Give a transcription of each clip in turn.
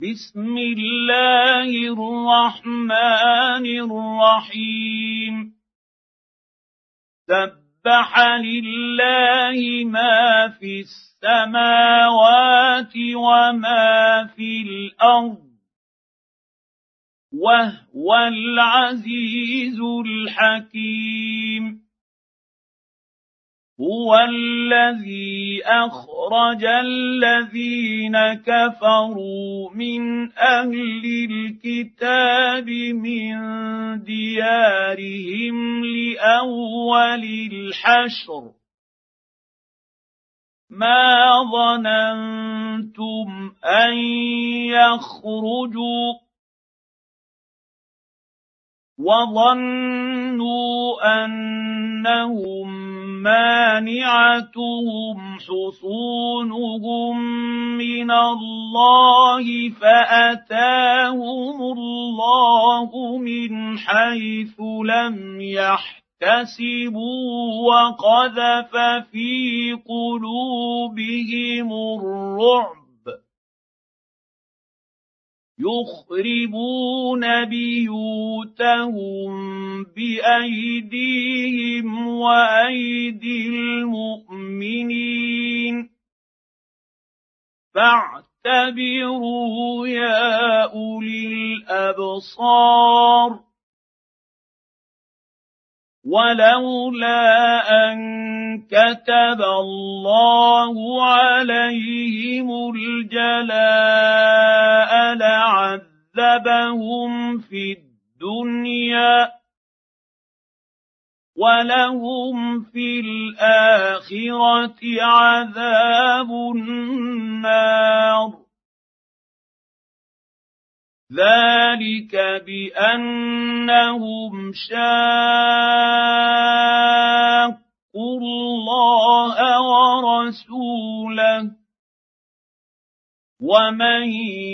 بسم الله الرحمن الرحيم سبح لله ما في السماوات وما في الأرض وهو العزيز الحكيم هو الذي أخرج الذين كفروا من أهل الكتاب من ديارهم لأول الحشر ما ظننتم أن يخرجوا وظنوا أنهم مانعتهم حصونهم من الله فأتاهم الله من حيث لم يحتسبوا وقذف في قلوبهم الرعب يخربون بيوتهم بأيديهم وأيدي المؤمنين فاعتبروا يا أولي الأبصار ولولا أن كتب الله عليهم الجلاء لعذبهم في الدنيا ولهم في الآخرة عذاب النار ذلك بأنهم شاقوا الله ورسوله ومن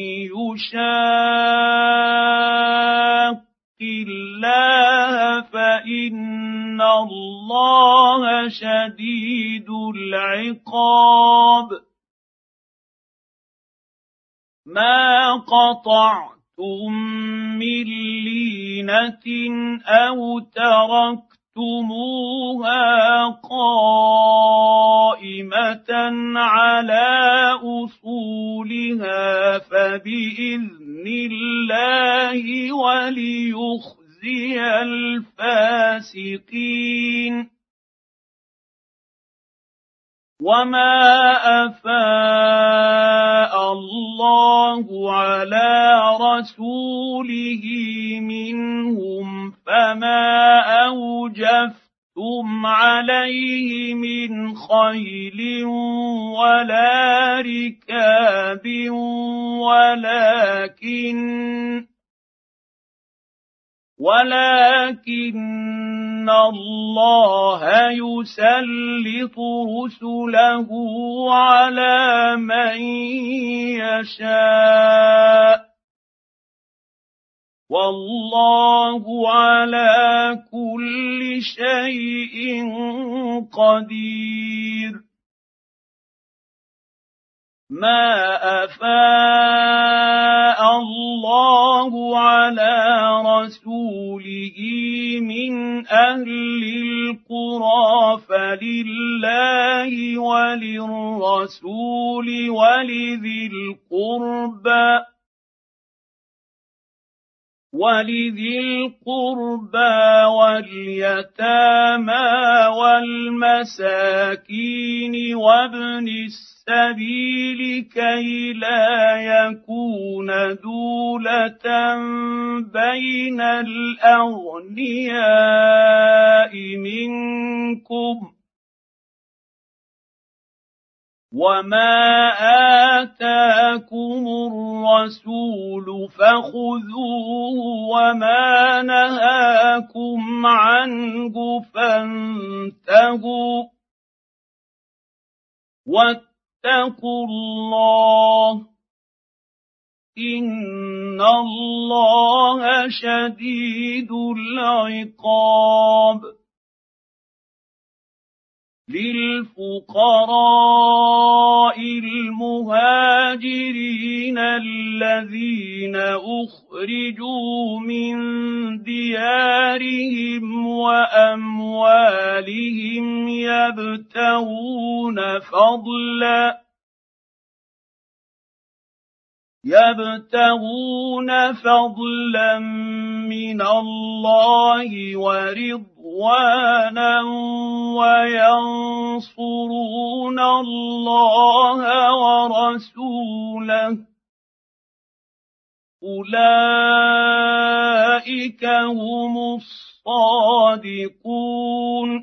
يشاق الله فإن الله شديد العقاب ما قطعتم من لينة أو تركتموها قائمة على أصولها فبإذن الله وليخزي الفاسقين وما أفاء الله على رسوله منهم فما أوجفتم عليه من خيل ولا ركاب ولكن الله يسلط رسله على من يشاء والله على كل شيء قدير ما أفاء الله على رسوله من أهل القرى فلله وللرسول ولذي القربى واليتامى والمساكين وابن السبيل كي لا يكون دولة بين الأغنياء منكم وما آتاكم الرسول فخذوه وما نهاكم عنه فانتهوا واتقوا الله إن الله شديد العقاب للفقراء المهاجرين الذين أخرجوا من ديارهم وأموالهم يبتغون فضلا من الله ورضوانا وينصرون الله ورسوله أولئك هم الصادقون.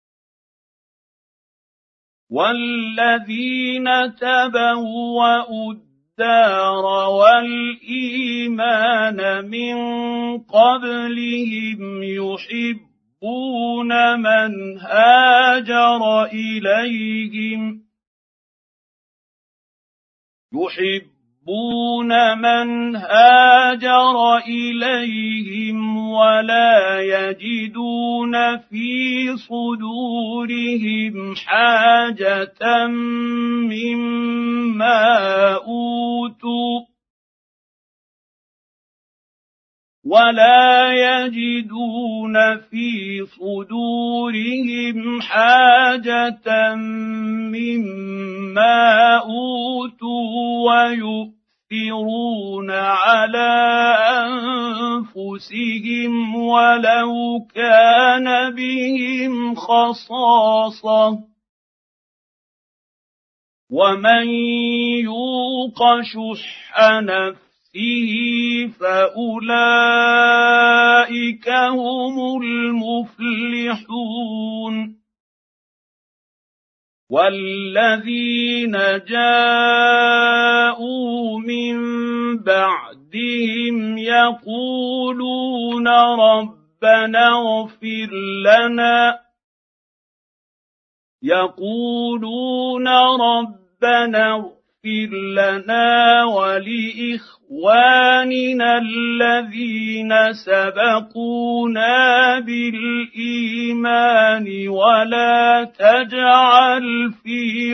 والذين تبوأوا الدار والإيمان من قبلهم يحبون من هاجر إليهم ولا يجدون في صدورهم حاجة مما أوتوا ويؤثرون على أنفسهم ولو كان بهم خصاصة ومن يوق شح نفسه فأولئك هم المفلحون. والذين جاءوا من بعدهم يقولون ربنا اغفر لنا ولإخواننا الذين سبقونا بالإيمان ولا تجعل في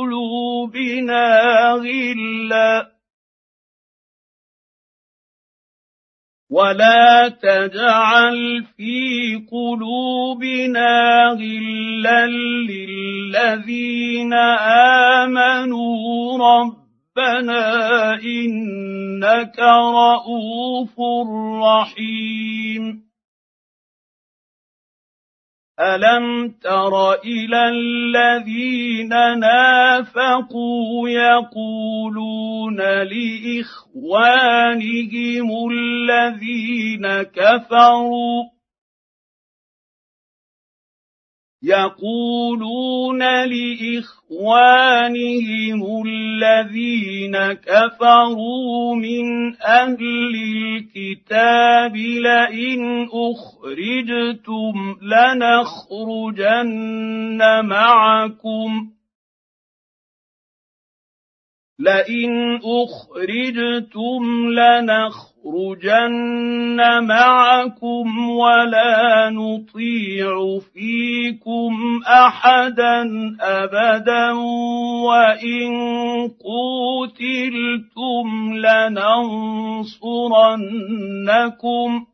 قلوبنا غلا للذين آمنوا ربنا إنك رءوف رحيم. ألم تر إلى الذين نافقوا يقولون لإخوانهم الذين كفروا من أهل الكتاب لئن أخرجتم لنخرجن معكم ولا نطيع فيكم أحدا أبدا وإن قوتلتم لننصرنكم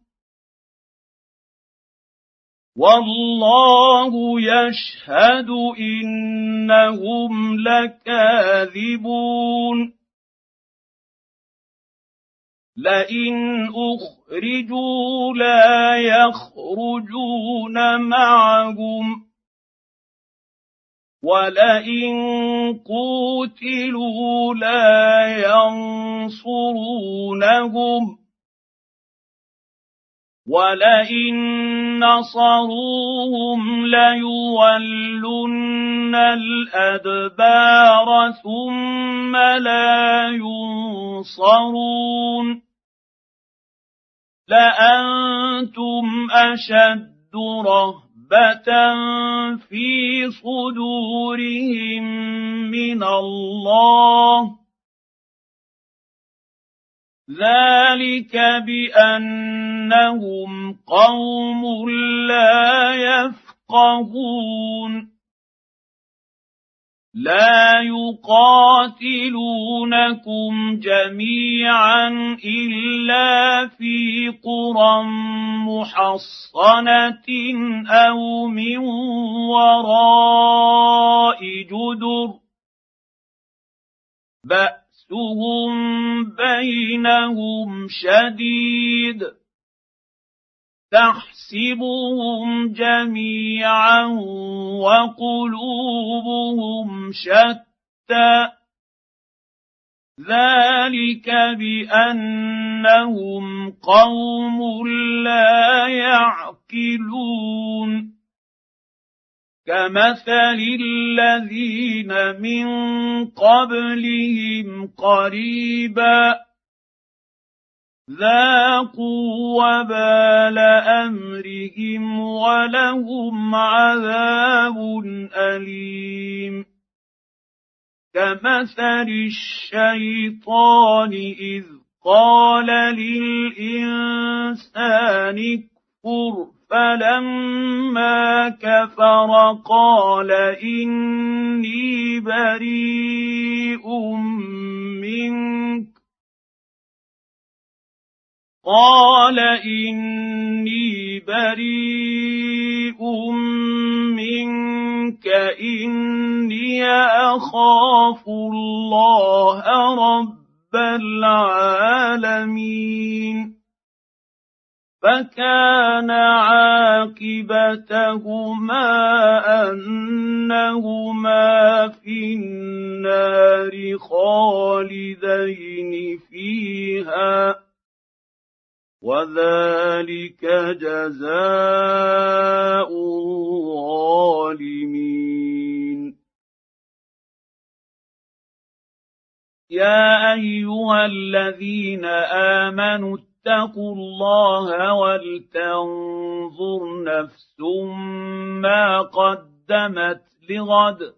والله يشهد إنهم لكاذبون. لئن أخرجوا لا يخرجون معهم ولئن قوتلوا لا ينصرونهم ولئن نصروهم ليولن الأدبار ثم لا ينصرون. لأنتم أشد رهبة في صدورهم من الله ذلك بأنهم قوم لا يفقهون. لا يقاتلونكم جميعا إلا في قرى محصنة أو من وراء جدر بأسهم بينهم شديد تحسبهم جميعا وقلوبهم شتى ذلك بأنهم قوم لا يعقلون كمثل الذين من قبلهم قريبا ذاقوا وبال أمرهم ولهم عذاب أليم كمثل الشيطان إذ قال للإنسان اكفر فلما كفر قال إني بريء منك إني أخاف الله رب العالمين فكان عاقبتهما أنهما في النار خالدين فيها وذلك جزاء الظالمين يا أيها الذين آمنوا اتقوا الله ولتنظر نفس ما قدمت لغد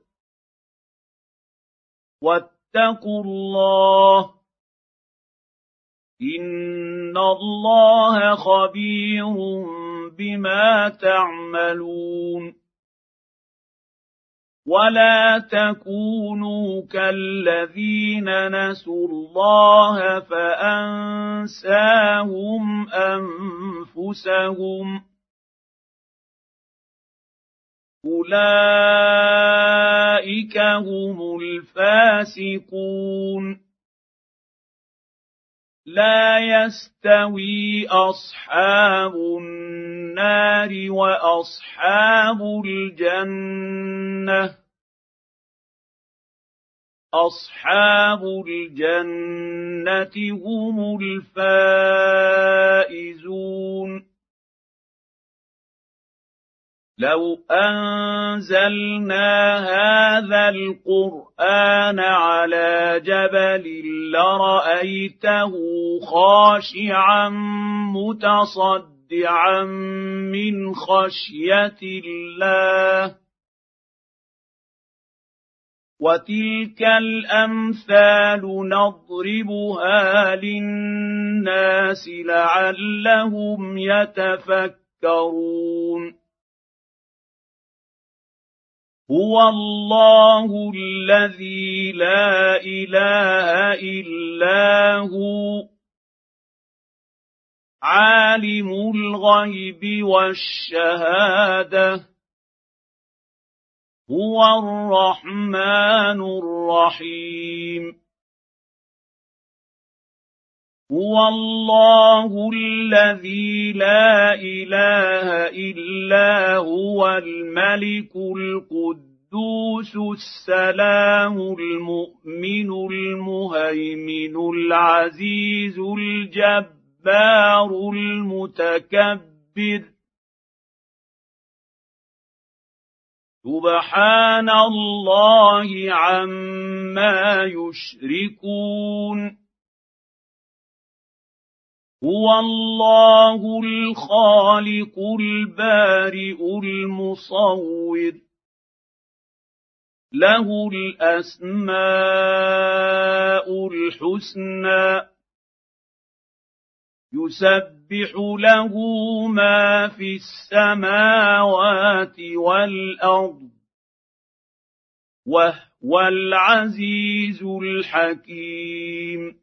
واتقوا الله إن الله خبير بما تعملون ولا تكونوا كالذين نسوا الله فأنساهم أنفسهم أولئك هم الفاسقون لا يستوي أصحاب النار وأصحاب الجنة أصحاب الجنة هم الفائزون لو أنزلنا هذا القرآن على جبل لرأيته خاشعا متصدعا من خشية الله وتلك الأمثال نضربها للناس لعلهم يتفكرون هو الله الذي لا إله إلا هو عالم الغيب والشهادة هو الرحمن الرحيم هو الله الذي لا إله إلا هو الملك القدوس السلام المؤمن المهيمن العزيز الجبار المتكبر سبحان الله عما يشركون هو الله الخالق البارئ المصور له الأسماء الحسنى يسبح له ما في السماوات والأرض وهو والعزيز الحكيم.